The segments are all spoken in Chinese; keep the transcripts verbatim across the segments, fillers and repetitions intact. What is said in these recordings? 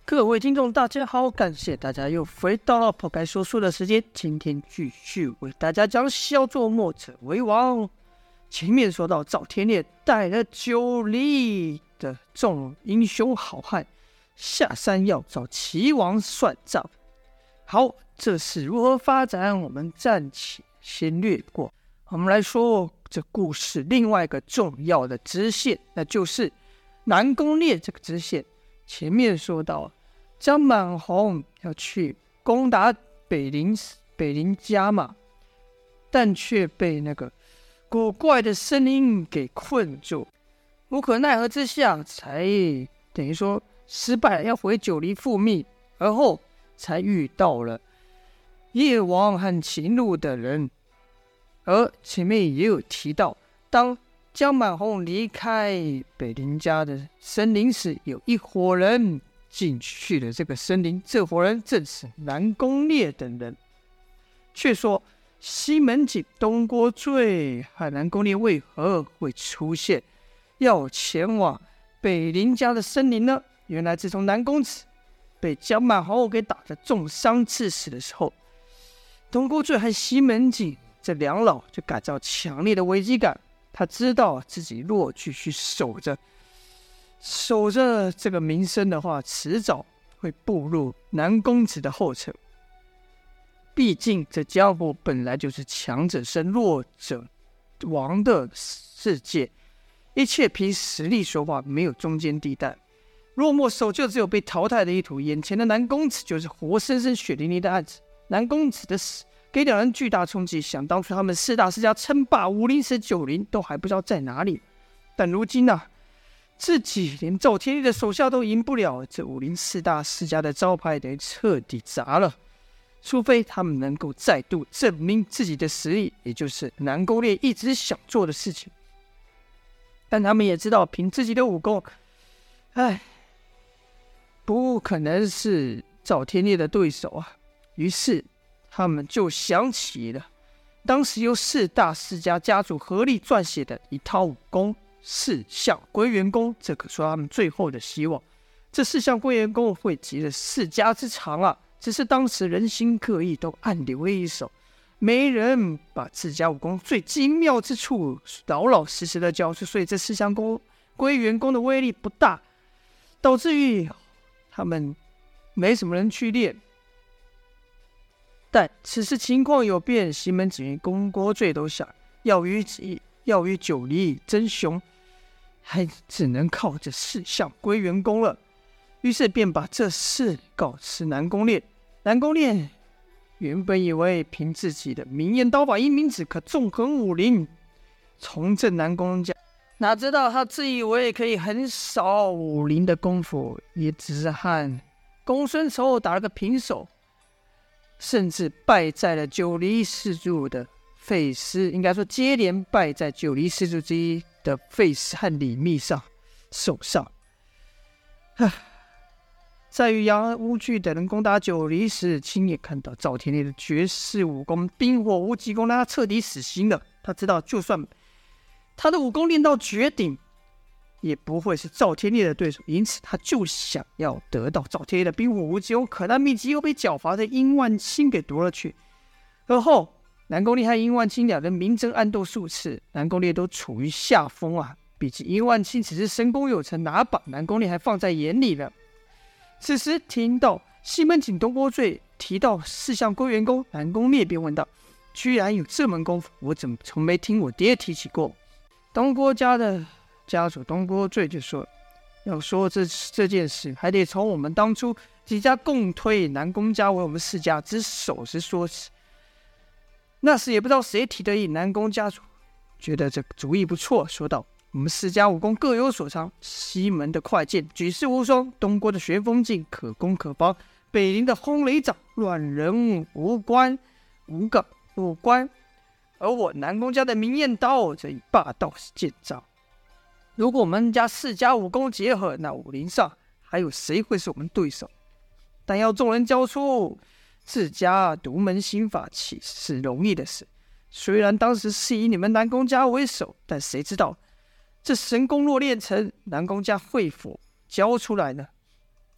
各位听众大家好，感谢大家又回到了破开说书的时间，今天继续为大家讲小作墨者为王。前面说到赵天烈带了九黎的众英雄好汉下山要找齐王算账，好，这是如何发展我们暂且先略过。我们来说这故事另外一个重要的支线，那就是南宫烈这个支线。前面说到江满红要去攻打北林北林家嘛，但却被那个古怪的声音给困住，无可奈何之下才等于说失败了，要回九黎复命，而后才遇到了叶王和秦禄的人。而前面也有提到，当江满红离开北林家的森林时，有一伙人进去了这个森林，这伙人正是南宫烈等人。却说西门庆、东郭醉和南宫烈为何会出现，要前往北林家的森林呢？原来自从南宫子被江满红给打得重伤致死的时候，东郭醉和西门庆这两老就感到强烈的危机感。他知道自己若继续守着守着这个名声的话，迟早会步入南宫子的后尘。毕竟这江湖本来就是强者胜弱者亡的世界，一切凭实力说话，没有中间地带。若莫守就只有被淘汰的一途，眼前的南宫子就是活生生血淋淋的案子。南宫子的死给两人巨大冲击，想当初他们四大世家称霸武林时，九黎都还不知道在哪里，但如今啊，自己连赵天烈的手下都赢不了，这武林四大世家的招牌等于彻底砸了。除非他们能够再度证明自己的实力，也就是南宫烈一直想做的事情。但他们也知道，凭自己的武功，哎，不可能是赵天烈的对手啊。于是他们就想起了当时由四大世家家族合力撰写的一套武功四象归元功，这可说他们最后的希望。这四象归元功汇集了世家之长啊，只是当时人心各异，都暗留了一手，没人把自家武功最精妙之处老老实实的教出，所以这四象归元功的威力不大，导致于他们没什么人去练。但此时情况有变，西门子与东郭醉都想要与要与九黎争雄，还只能靠这四象归元功了。于是便把这事告知南宫烈。南宫烈原本以为凭自己的明艳刀法一名指可纵横武林，重振南宫家，哪知道他自以为可以横扫武林的功夫，也只是和公孙仇打了个平手，甚至败在了九黎四柱的费斯，应该说接连败在九黎四柱之一的费斯和李密上手上。在与杨无惧等人攻打九黎时，亲眼看到赵天烈的绝世武功冰火无极功，让他彻底死心了。他知道就算他的武功练到绝顶，也不会是赵天烈的对手，因此他就想要得到赵天烈的冰火无极功，可那秘籍又被狡猾的殷万清给夺了去。而后南宫烈和殷万清两人明争暗斗数次，南宫烈都处于下风啊。毕竟殷万清只是神功有成，哪把南宫烈还放在眼里了。此时听到西门庆、东郭醉提到四象归元功，南宫烈便问道：居然有这门功夫，我怎么从没听我爹提起过？东郭家的家主东郭醉就说：要说 这, 这件事，还得从我们当初几家共推南宫家为我们世家之首时说起。那时也不知道谁提的议，南宫家主觉得这主意不错，说道：我们四家武功各有所长，西门的快剑举世无双，东郭的旋风劲可攻可防，北林的轰雷掌乱人无关无感无关，而我南宫家的明艳刀则以霸道见长。如果我们家四家武功结合，那武林上还有谁会是我们对手？但要众人交出自家独门心法，岂是容易的事？虽然当时是以你们南宫家为首，但谁知道这神功若练成，南宫家会否交出来呢？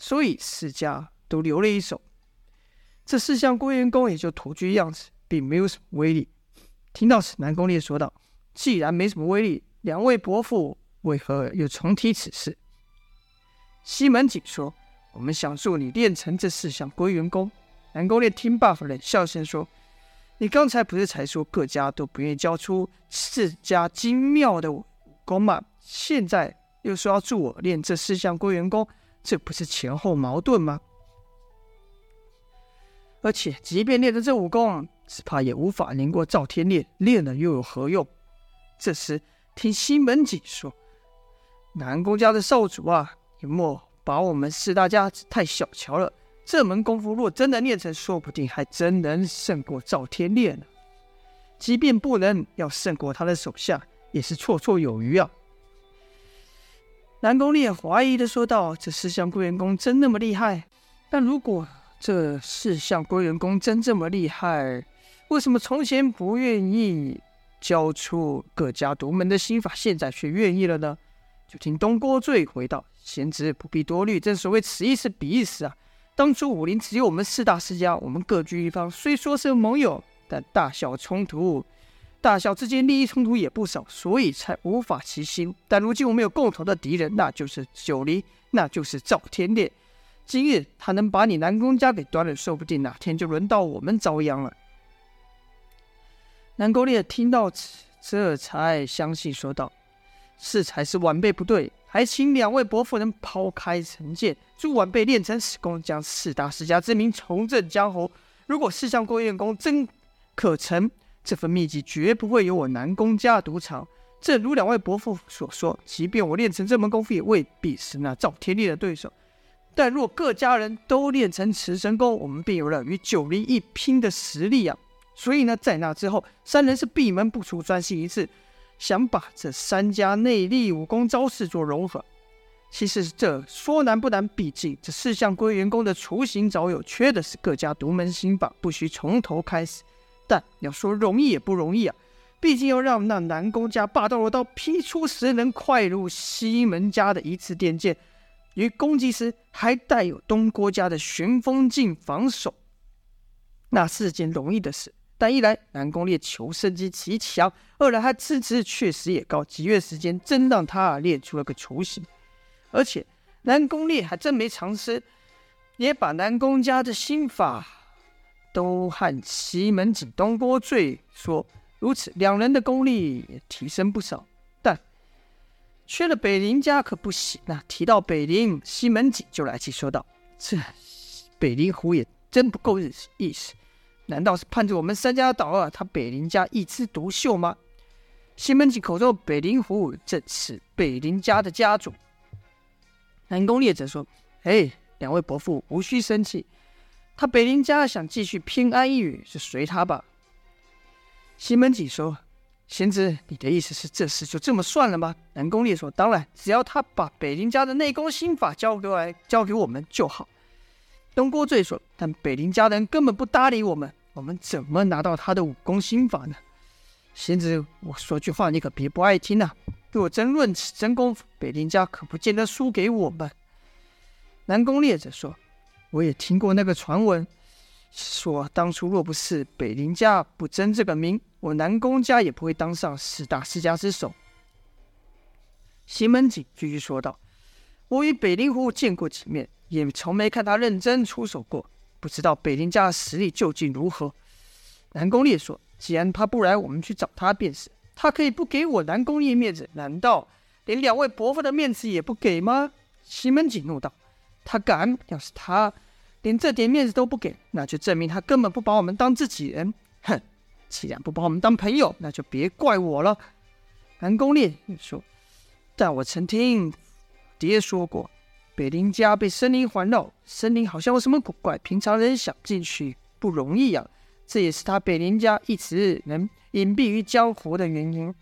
所以四家都留了一手。这四项归元功也就徒具样子，并没有什么威力。听到此，南宫烈说道：“既然没什么威力，两位伯父为何又重提此事？”西门景说：“我们想助你练成这四项归元功。”南宫烈听罢，冷笑先说：“你刚才不是才说各家都不愿意交出四家精妙的武功吗？现在又说要助我练这四项归元功，这不是前后矛盾吗？而且即便练的这武功，只怕也无法赢过赵天烈，练了又有何用？”这时听西门景说：“南宫家的少主啊，你莫把我们四大家太小瞧了，这门功夫若真的练成，说不定还真能胜过赵天烈呢。即便不能，要胜过他的手下，也是绰绰有余啊。”南宫烈怀疑的说道：“这四项归元功真那么厉害？但如果这四项归元功真这么厉害，为什么从前不愿意教出各家独门的心法，现在却愿意了呢？”就听东郭醉回道：“贤侄不必多虑，正所谓此一时彼一时啊。当初武林只有我们四大世家，我们各居一方，虽说是盟友，但大小冲突大小之间利益冲突也不少，所以才无法齐心。但如今我们有共同的敌人，那就是九黎，那就是赵天烈。今日他能把你南宫家给端了，说不定哪天就轮到我们遭殃了。”南宫烈听到此，这才相信，说道：“是才是晚辈不对，还请两位伯父能抛开成见，助晚辈练成此功，将四大世家之名重振江湖。如果四项归元功真可成，这份秘籍绝不会由我南宫家独藏。正如两位伯父所说，即便我练成这门功夫，也未必是那赵天烈的对手。但若各家人都练成慈神功，我们便有了与九黎一拼的实力啊！所以呢，在那之后，三人是闭门不出，专心一致，想把这三家内力武功招式做融合。其实这说难不难，毕竟这四项归元功的雏形早有，缺的是各家独门心法，不需从头开始。但要说容易也不容易啊，毕竟要让那南宫家霸道的刀劈出时，能快入西门家的一次电剑，于攻击时还带有东郭家的旋风镜防守，那是件容易的事。但一来南宫烈求胜之极强，二来他资质确实也高，几月时间真让他练出了个雏形。而且南宫烈还真没尝试，也把南宫家的心法都和西门景、东郭醉说，如此两人的功力也提升不少。但缺了北林家可不行啊！提到北林，西门景就来气说道：“这北林虎也真不够意思，难道是盼着我们三家倒啊？他北林家一枝独秀吗？”西门景口中的北林虎正是北林家的家主。南宫烈则说：“哎，两位伯父无需生气，他北林家想继续偏安一隅，就随他吧。”西门景说：“贤侄，你的意思是这事就这么算了吗？”南宫烈说：“当然，只要他把北林家的内功心法交给来交给我们就好。”东郭醉说：“但北林家人根本不搭理我们，我们怎么拿到他的武功心法呢？”贤侄，我说句话你可别不爱听啊！若真论此真功夫，北林家可不见得输给我们。南宫烈则说：“我也听过那个传闻，说当初若不是北林家不争这个名，我南宫家也不会当上四大世家之首。”西门景继续说道：“我与北林虎见过几面，也从没看他认真出手过，不知道北林家的实力究竟如何。”南宫烈说：“既然他不来，我们去找他便是。他可以不给我南宫烈面子，难道连两位伯父的面子也不给吗？”西门景怒道：“他敢！要是他连这点面子都不给，那就证明他根本不把我们当自己人。哼，既然不把我们当朋友，那就别怪我了。”南宫烈说：“但我曾听爹说过，北林家被森林环绕，森林好像有什么古怪，平常人想进去不容易啊。这也是他北林家一直能隐蔽于江湖的原因。”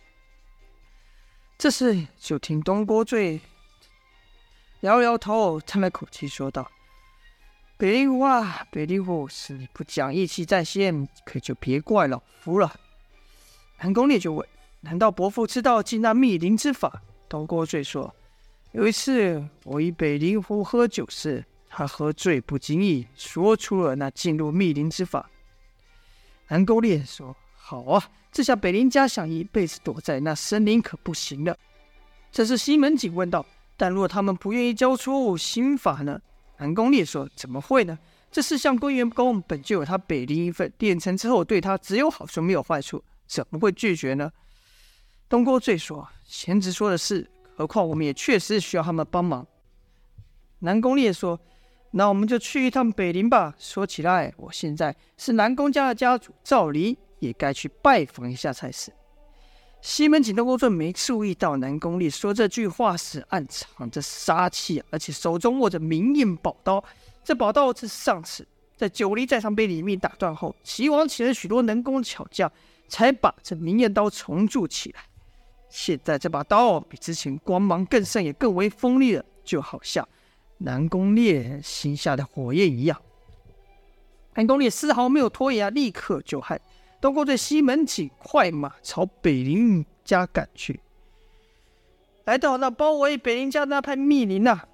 这时就听东郭醉摇摇头，叹了口气说道：“北林虎啊，北林虎，是你不讲义气在先，可就别怪老夫了。”南宫烈就问：“难道伯父知道进那密林之法？”东郭醉说：“ 有一次我与北林狐喝酒时，他喝醉不经意说出了那进入密林之法。南宫烈说：好啊，这下北林家想一辈子躲在那森林可不行了。这时西门景问道：但若他们不愿意交出心法呢？南宫烈说：怎么会呢？这四项归元功本就有他北林一份，练成之后对他只有好处没有坏处，怎么会拒绝呢？东郭醉说：贤侄说的是，何况我们也确实需要他们帮忙。南宫烈说：那我们就去一趟北林吧。说起来，我现在是南宫家的家主，照理也该去拜访一下才是。西门景、东郭醉没注意到南宫烈说这句话时暗藏着杀气，而且手中握着明艳宝刀。这宝刀是上次在九黎寨上被李密打断后，齐王请了许多能工巧匠，才把这明艳刀重铸起来。现在这把刀比之前光芒更盛，也更为锋利了，就好像南宫烈心下的火焰一样。南宫烈丝毫没有拖延，立刻就和东郭醉、西门景快马朝北林家赶去。来到那包围北林家那片密林啊，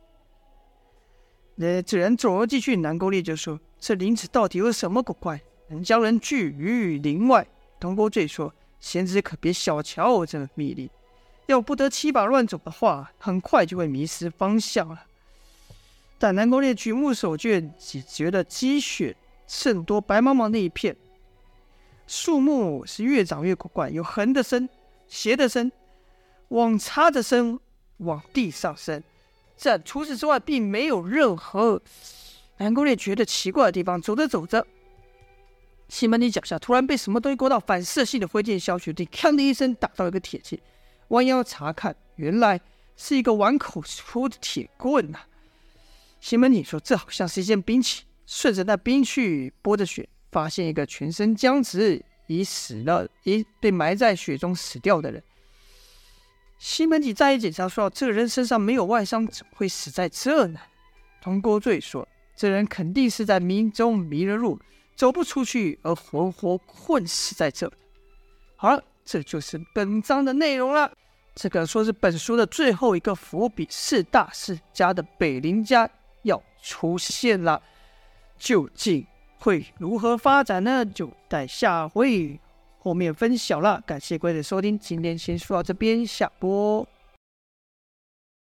呃，这人走了进去，南宫烈就说：这林子到底有什么古怪，能将人拒于林外？东郭醉说：贤侄可别小瞧这密林，要不得七把乱走的话，很快就会迷失方向了。但南宫烈举目所见，只觉得积雪甚多，白茫茫的一片，树木是越长越古怪，有横的伸，斜的伸，往插着伸，往地上伸。但除此之外，并没有任何南宫烈觉得奇怪的地方。走着走着，西门景脚下突然被什么东西勾到，反射性的挥剑削去，地锵的一声打到一个铁器，弯腰查看，原来是一个碗口粗的铁棍啊！西门景说：这好像是一件兵器。顺着那兵去拨着雪，发现一个全身僵直、已死了、已被埋在雪中死掉的人。西门景再一检查说：这个人身上没有外伤，怎么会死在这呢？东郭醉说：这人肯定是在迷中迷了路，走不出去，而活活困死在这。好了，这就是本章的内容了。这个说是本书的最后一个伏笔，是大世家的北林家要出现了，究竟会如何发展呢？就待下回后面分享了。感谢各位的收听，今天先说到这边，下播。